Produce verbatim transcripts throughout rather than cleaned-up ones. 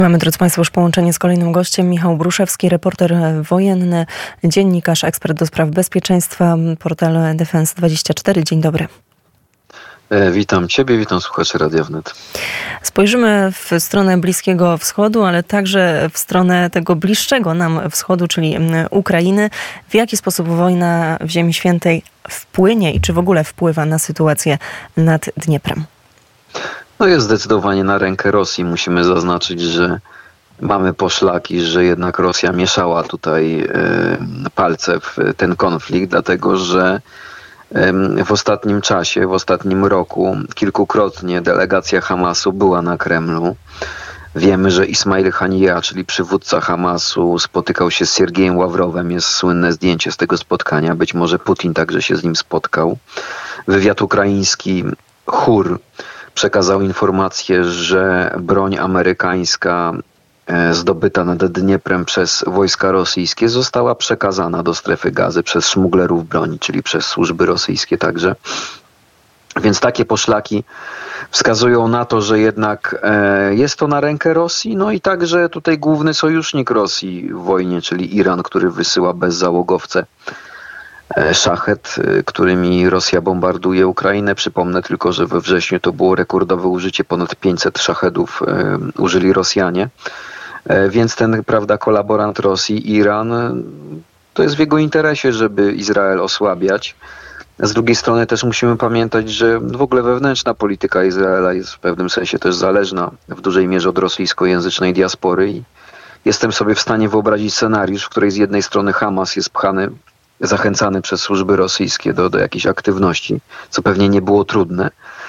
Mamy, drodzy Państwo, już połączenie z kolejnym gościem. Michał Bruszewski, reporter wojenny, dziennikarz, ekspert do spraw bezpieczeństwa, portal Defense dwadzieścia cztery. Dzień dobry. Witam Ciebie, witam słuchaczy Radia Wnet. Spojrzymy w stronę Bliskiego Wschodu, ale także w stronę tego bliższego nam wschodu, czyli Ukrainy. W jaki sposób wojna w Ziemi Świętej wpłynie i czy w ogóle wpływa na sytuację nad Dnieprem? No jest zdecydowanie na rękę Rosji. Musimy zaznaczyć, że mamy poszlaki, że jednak Rosja mieszała tutaj palce w ten konflikt, dlatego że w ostatnim czasie, w ostatnim roku kilkukrotnie delegacja Hamasu była na Kremlu. Wiemy, że Ismail Haniyeh, czyli przywódca Hamasu, spotykał się z Siergiejem Ławrowem. Jest słynne zdjęcie z tego spotkania. Być może Putin także się z nim spotkał. Wywiad ukraiński Chur przekazał informację, że broń amerykańska zdobyta nad Dnieprem przez wojska rosyjskie została przekazana do strefy gazy przez szmuglerów broni, czyli przez służby rosyjskie także. Więc takie poszlaki wskazują na to, że jednak jest to na rękę Rosji, no i także tutaj główny sojusznik Rosji w wojnie, czyli Iran, który wysyła bezzałogowce szachet, którymi Rosja bombarduje Ukrainę. Przypomnę tylko, że we wrześniu to było rekordowe użycie, ponad pięćset szachetów użyli Rosjanie. Więc ten, prawda, kolaborant Rosji, Iran, to jest w jego interesie, żeby Izrael osłabiać. Z drugiej strony też musimy pamiętać, że w ogóle wewnętrzna polityka Izraela jest w pewnym sensie też zależna w dużej mierze od rosyjskojęzycznej diaspory i jestem sobie w stanie wyobrazić scenariusz, w której z jednej strony Hamas jest pchany, zachęcany przez służby rosyjskie do, do jakiejś aktywności, co pewnie nie było trudne.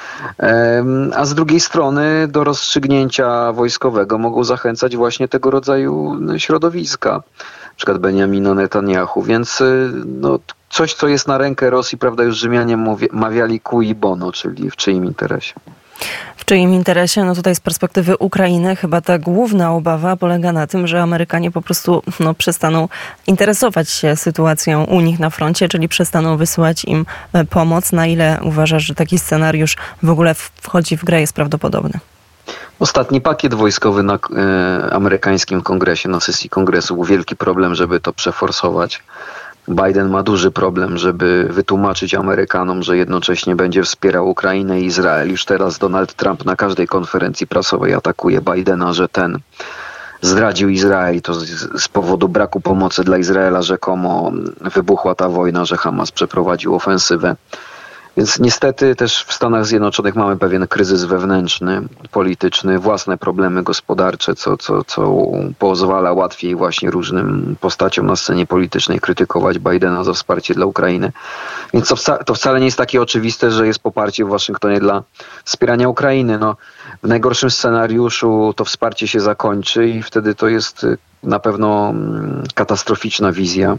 A z drugiej strony do rozstrzygnięcia wojskowego mogą zachęcać właśnie tego rodzaju środowiska, na przykład Benjamina Netanyahu, więc no, coś, co jest na rękę Rosji, prawda, już Rzymianie mawiali cui bono, czyli w czyim interesie. W czyim interesie? No tutaj z perspektywy Ukrainy chyba ta główna obawa polega na tym, że Amerykanie po prostu no, przestaną interesować się sytuacją u nich na froncie, czyli przestaną wysyłać im pomoc. Na ile uważasz, że taki scenariusz w ogóle wchodzi w grę, jest prawdopodobny? Ostatni pakiet wojskowy na e, amerykańskim kongresie, na sesji kongresu, był wielki problem, żeby to przeforsować. Biden ma duży problem, żeby wytłumaczyć Amerykanom, że jednocześnie będzie wspierał Ukrainę i Izrael. Już teraz Donald Trump na każdej konferencji prasowej atakuje Bidena, że ten zdradził Izrael i to z, z powodu braku pomocy dla Izraela rzekomo wybuchła ta wojna, że Hamas przeprowadził ofensywę. Więc niestety też w Stanach Zjednoczonych mamy pewien kryzys wewnętrzny, polityczny, własne problemy gospodarcze, co, co, co pozwala łatwiej właśnie różnym postaciom na scenie politycznej krytykować Bidena za wsparcie dla Ukrainy. Więc to, wca, to wcale nie jest takie oczywiste, że jest poparcie w Waszyngtonie dla wspierania Ukrainy. No, w najgorszym scenariuszu to wsparcie się zakończy i wtedy to jest na pewno katastroficzna wizja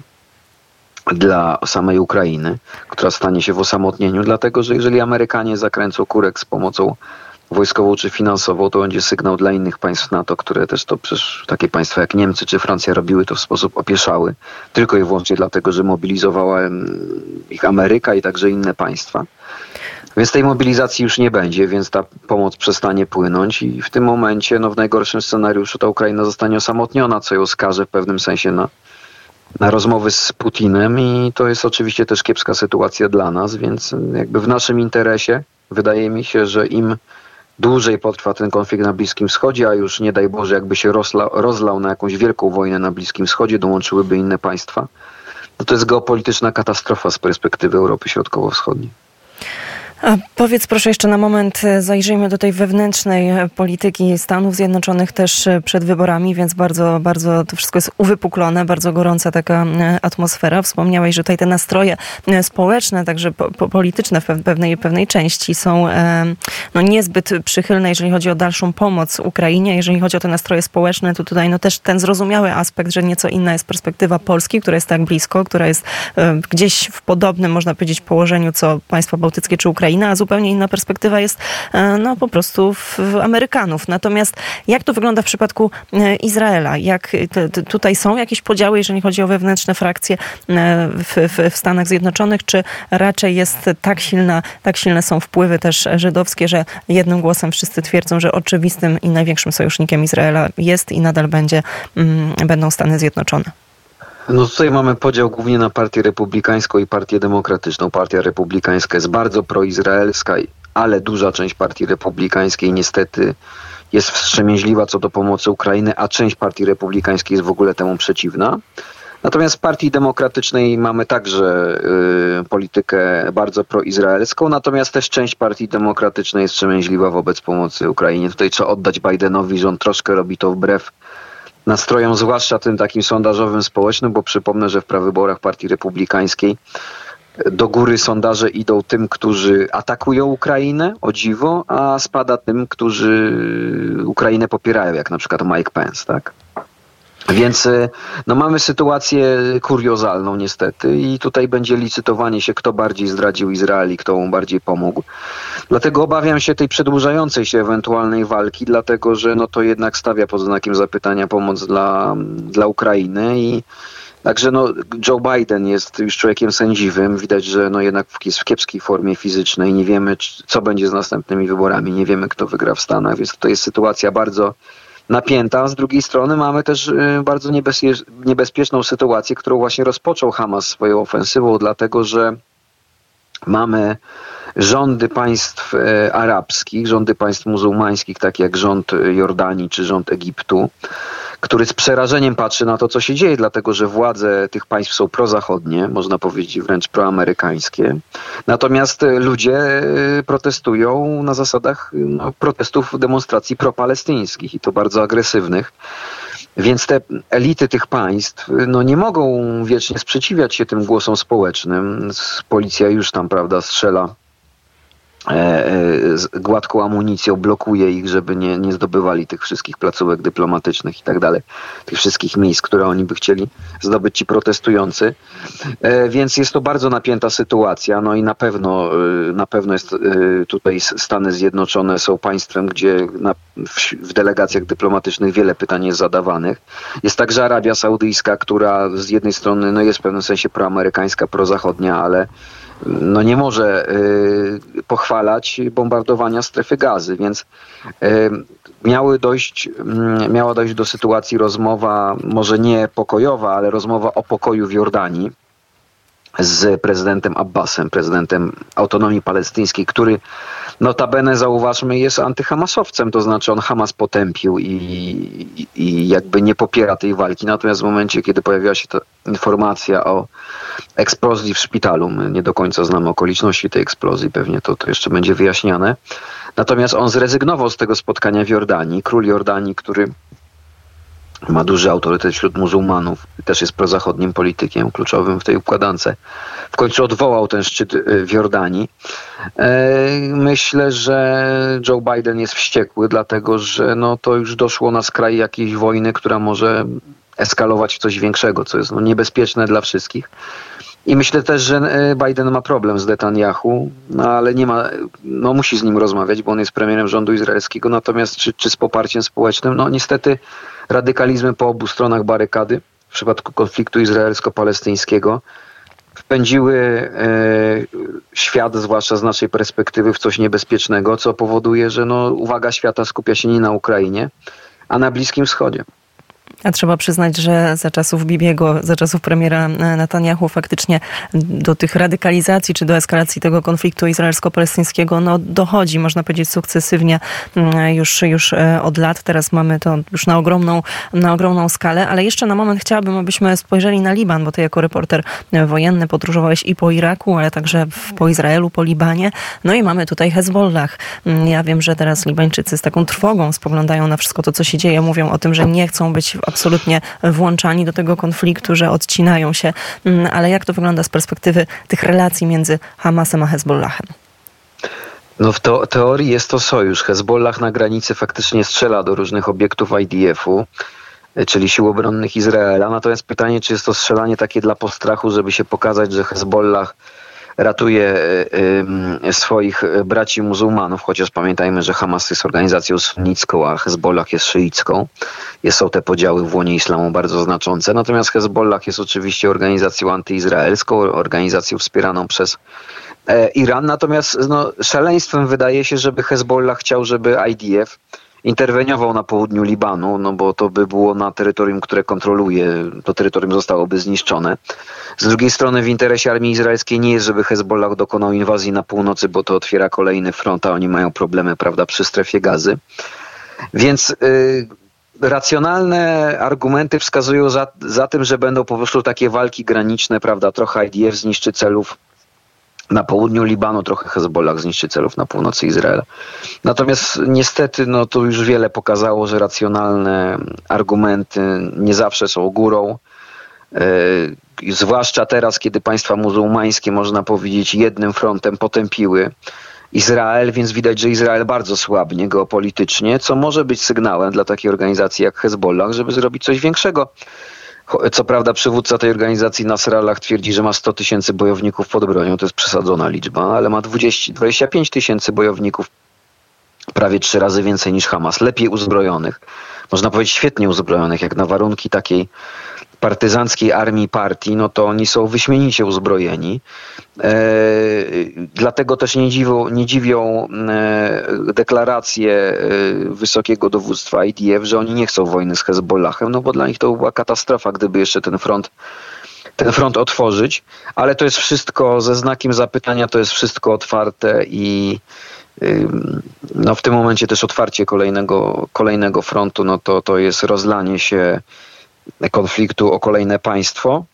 dla samej Ukrainy, która stanie się w osamotnieniu, dlatego że jeżeli Amerykanie zakręcą kurek z pomocą wojskową czy finansową, to będzie sygnał dla innych państw NATO, które też to przecież takie państwa jak Niemcy czy Francja robiły to w sposób opieszały, tylko i wyłącznie dlatego, że mobilizowała ich Ameryka i także inne państwa. Więc tej mobilizacji już nie będzie, więc ta pomoc przestanie płynąć i w tym momencie, no w najgorszym scenariuszu, ta Ukraina zostanie osamotniona, co ją skaże w pewnym sensie na na rozmowy z Putinem i to jest oczywiście też kiepska sytuacja dla nas, więc jakby w naszym interesie wydaje mi się, że im dłużej potrwa ten konflikt na Bliskim Wschodzie, a już nie daj Boże jakby się rozlał, rozlał na jakąś wielką wojnę na Bliskim Wschodzie, dołączyłyby inne państwa, no to jest geopolityczna katastrofa z perspektywy Europy Środkowo-Wschodniej. A powiedz proszę jeszcze na moment, zajrzyjmy do tej wewnętrznej polityki Stanów Zjednoczonych też przed wyborami, więc bardzo, bardzo to wszystko jest uwypuklone, bardzo gorąca taka atmosfera. Wspomniałeś, że tutaj te nastroje społeczne, także po, po, polityczne w pewnej, pewnej części są no, niezbyt przychylne, jeżeli chodzi o dalszą pomoc Ukrainie. Jeżeli chodzi o te nastroje społeczne, to tutaj no, też ten zrozumiały aspekt, że nieco inna jest perspektywa Polski, która jest tak blisko, która jest gdzieś w podobnym, można powiedzieć, położeniu co państwa bałtyckie czy Ukraina. Ukrainy, a zupełnie inna perspektywa jest no po prostu w Amerykanów. Natomiast jak to wygląda w przypadku Izraela? Jak te, te, tutaj są jakieś podziały, jeżeli chodzi o wewnętrzne frakcje w, w, w Stanach Zjednoczonych, czy raczej jest tak silna, tak silne są wpływy też żydowskie, że jednym głosem wszyscy twierdzą, że oczywistym i największym sojusznikiem Izraela jest i nadal będzie, mm, będą Stany Zjednoczone? No tutaj mamy podział głównie na partię republikańską i partię demokratyczną. Partia republikańska jest bardzo proizraelska, ale duża część partii republikańskiej niestety jest wstrzemięźliwa co do pomocy Ukrainy, a część partii republikańskiej jest w ogóle temu przeciwna. Natomiast w partii demokratycznej mamy także y, politykę bardzo proizraelską, natomiast też część partii demokratycznej jest wstrzemięźliwa wobec pomocy Ukrainie. Tutaj trzeba oddać Bidenowi, że on troszkę robi to wbrew nastrojom, zwłaszcza tym takim sondażowym społecznym, bo przypomnę, że w prawyborach partii republikańskiej do góry sondaże idą tym, którzy atakują Ukrainę, o dziwo, a spada tym, którzy Ukrainę popierają, jak na przykład Mike Pence, tak? Więc no, mamy sytuację kuriozalną niestety i tutaj będzie licytowanie się, kto bardziej zdradził Izrael i kto mu bardziej pomógł. Dlatego obawiam się tej przedłużającej się ewentualnej walki, dlatego że no, to jednak stawia pod znakiem zapytania pomoc dla, dla Ukrainy i także no, Joe Biden jest już człowiekiem sędziwym. Widać, że no, jednak jest w kiepskiej formie fizycznej. Nie wiemy, co będzie z następnymi wyborami. Nie wiemy, kto wygra w Stanach, więc to jest sytuacja bardzo napięta. Z drugiej strony mamy też bardzo niebezpieczną sytuację, którą właśnie rozpoczął Hamas swoją ofensywą, dlatego że mamy rządy państw arabskich, rządy państw muzułmańskich, takie jak rząd Jordanii czy rząd Egiptu, który z przerażeniem patrzy na to, co się dzieje, dlatego że władze tych państw są prozachodnie, można powiedzieć wręcz proamerykańskie. Natomiast ludzie protestują na zasadach no, protestów, demonstracji propalestyńskich i to bardzo agresywnych. Więc te elity tych państw no, nie mogą wiecznie sprzeciwiać się tym głosom społecznym. Policja już tam, prawda, strzela z gładką amunicją, blokuje ich, żeby nie, nie zdobywali tych wszystkich placówek dyplomatycznych i tak dalej, tych wszystkich miejsc, które oni by chcieli zdobyć ci protestujący. Więc jest to bardzo napięta sytuacja, no i na pewno na pewno jest tutaj Stany Zjednoczone są państwem, gdzie na, w, w delegacjach dyplomatycznych wiele pytań jest zadawanych. Jest także Arabia Saudyjska, która z jednej strony no jest w pewnym sensie proamerykańska, prozachodnia, ale no nie może y, pochwalać bombardowania strefy Gazy, więc y, miały dojść, y, miała dojść do sytuacji rozmowa, może nie pokojowa, ale rozmowa o pokoju w Jordanii z prezydentem Abbasem, prezydentem autonomii palestyńskiej, który notabene, zauważmy, jest antyhamasowcem, to znaczy on Hamas potępił i, i, i jakby nie popiera tej walki. Natomiast w momencie, kiedy pojawiła się ta informacja o eksplozji w szpitalu, my nie do końca znamy okoliczności tej eksplozji, pewnie to, to jeszcze będzie wyjaśniane. Natomiast on zrezygnował z tego spotkania w Jordanii. Król Jordanii, który ma duży autorytet wśród muzułmanów, też jest prozachodnim politykiem kluczowym w tej układance. W końcu odwołał ten szczyt w Jordanii. Myślę, że Joe Biden jest wściekły, dlatego że no, to już doszło na skraj jakiejś wojny, która może eskalować w coś większego, co jest no, niebezpieczne dla wszystkich. I myślę też, że Biden ma problem z Netanyahu, no ale nie ma, no musi z nim rozmawiać, bo on jest premierem rządu izraelskiego, natomiast czy, czy z poparciem społecznym? No niestety radykalizmy po obu stronach barykady w przypadku konfliktu izraelsko-palestyńskiego wpędziły e, świat, zwłaszcza z naszej perspektywy, w coś niebezpiecznego, co powoduje, że no, uwaga świata skupia się nie na Ukrainie, a na Bliskim Wschodzie. A trzeba przyznać, że za czasów Bibiego, za czasów premiera Netanyahu faktycznie do tych radykalizacji czy do eskalacji tego konfliktu izraelsko-palestyńskiego no, dochodzi, można powiedzieć, sukcesywnie już, już od lat. Teraz mamy to już na ogromną, na ogromną skalę, ale jeszcze na moment chciałabym, abyśmy spojrzeli na Liban, bo ty jako reporter wojenny podróżowałeś i po Iraku, ale także po Izraelu, po Libanie. No i mamy tutaj Hezbollah. Ja wiem, że teraz Libańczycy z taką trwogą spoglądają na wszystko to, co się dzieje. Mówią o tym, że nie chcą być absolutnie włączani do tego konfliktu, że odcinają się. Ale jak to wygląda z perspektywy tych relacji między Hamasem a Hezbollahem? No w to, teorii jest to sojusz. Hezbollah na granicy faktycznie strzela do różnych obiektów I D F-u, czyli Sił Obronnych Izraela. Natomiast pytanie, czy jest to strzelanie takie dla postrachu, żeby się pokazać, że Hezbollah ratuje swoich braci muzułmanów, chociaż pamiętajmy, że Hamas jest organizacją sunnicką, a Hezbollah jest szyicką. Są te podziały w łonie islamu bardzo znaczące. Natomiast Hezbollah jest oczywiście organizacją antyizraelską, organizacją wspieraną przez Iran. Natomiast no, szaleństwem wydaje się, żeby Hezbollah chciał, żeby I D F interweniował na południu Libanu, no bo to by było na terytorium, które kontroluje, to terytorium zostałoby zniszczone. Z drugiej strony w interesie armii izraelskiej nie jest, żeby Hezbollah dokonał inwazji na północy, bo to otwiera kolejny front, a oni mają problemy, prawda, przy strefie Gazy. Więc yy, racjonalne argumenty wskazują za, za tym, że będą po prostu takie walki graniczne, prawda, trochę I D F zniszczy celów na południu Libanu, trochę Hezbollah zniszczy celów na północy Izraela. Natomiast niestety no, to już wiele pokazało, że racjonalne argumenty nie zawsze są górą. Yy, zwłaszcza teraz, kiedy państwa muzułmańskie, można powiedzieć, jednym frontem potępiły Izrael, więc widać, że Izrael bardzo słabnie geopolitycznie, co może być sygnałem dla takiej organizacji jak Hezbollah, żeby zrobić coś większego. Co prawda przywódca tej organizacji Nasrallah twierdzi, że ma sto tysięcy bojowników pod bronią, to jest przesadzona liczba, ale ma dwadzieścia, dwadzieścia pięć tysięcy bojowników, prawie trzy razy więcej niż Hamas, lepiej uzbrojonych, można powiedzieć świetnie uzbrojonych, jak na warunki takiej partyzanckiej armii partii, no to oni są wyśmienicie uzbrojeni. E, dlatego też nie dziwią, nie dziwią e, deklaracje e, wysokiego dowództwa I D F, że oni nie chcą wojny z Hezbollahem, no bo dla nich to była katastrofa, gdyby jeszcze ten front, ten front otworzyć. Ale to jest wszystko ze znakiem zapytania, to jest wszystko otwarte i no w tym momencie też otwarcie kolejnego, kolejnego frontu, no to, to jest rozlanie się konfliktu o kolejne państwo.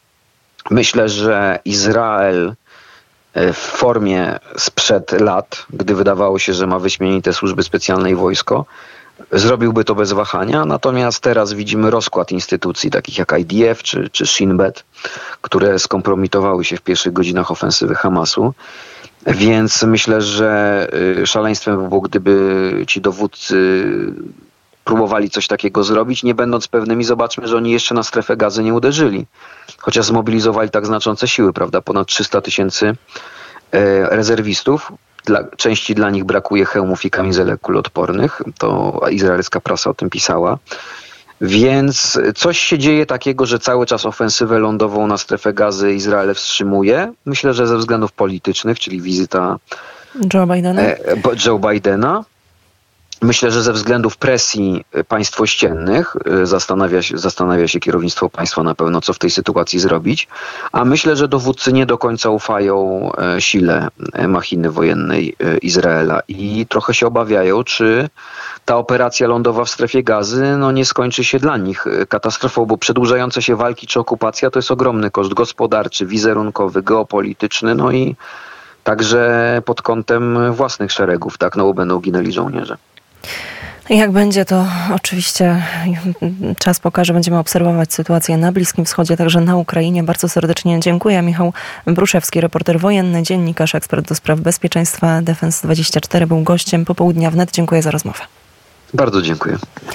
Myślę, że Izrael w formie sprzed lat, gdy wydawało się, że ma wyśmienite służby specjalne i wojsko, zrobiłby to bez wahania. Natomiast teraz widzimy rozkład instytucji takich jak I D F czy, czy Shin Bet, które skompromitowały się w pierwszych godzinach ofensywy Hamasu. Więc myślę, że szaleństwem by było, gdyby ci dowódcy próbowali coś takiego zrobić, nie będąc pewnymi. Zobaczmy, że oni jeszcze na strefę Gazy nie uderzyli. Chociaż zmobilizowali tak znaczące siły, prawda? Ponad trzysta tysięcy rezerwistów. Dla, części dla nich brakuje hełmów i kamizelek kuloodpornych. To izraelska prasa o tym pisała. Więc coś się dzieje takiego, że cały czas ofensywę lądową na strefę Gazy Izrael wstrzymuje. Myślę, że ze względów politycznych, czyli wizyta Joe Bidena. Joe Bidena. Myślę, że ze względów presji państw ościennych zastanawia się, zastanawia się kierownictwo państwa na pewno, co w tej sytuacji zrobić. A myślę, że dowódcy nie do końca ufają sile machiny wojennej Izraela i trochę się obawiają, czy ta operacja lądowa w strefie Gazy no, nie skończy się dla nich katastrofą, bo przedłużające się walki czy okupacja to jest ogromny koszt gospodarczy, wizerunkowy, geopolityczny, no i także pod kątem własnych szeregów, tak, no bo będą ginęli żołnierze. Jak będzie, to oczywiście czas pokaże. Będziemy obserwować sytuację na Bliskim Wschodzie, także na Ukrainie. Bardzo serdecznie dziękuję. Michał Bruszewski, reporter wojenny, dziennikarz, ekspert do spraw bezpieczeństwa Defense dwadzieścia cztery, był gościem Popołudnia Wnet. Dziękuję za rozmowę. Bardzo dziękuję.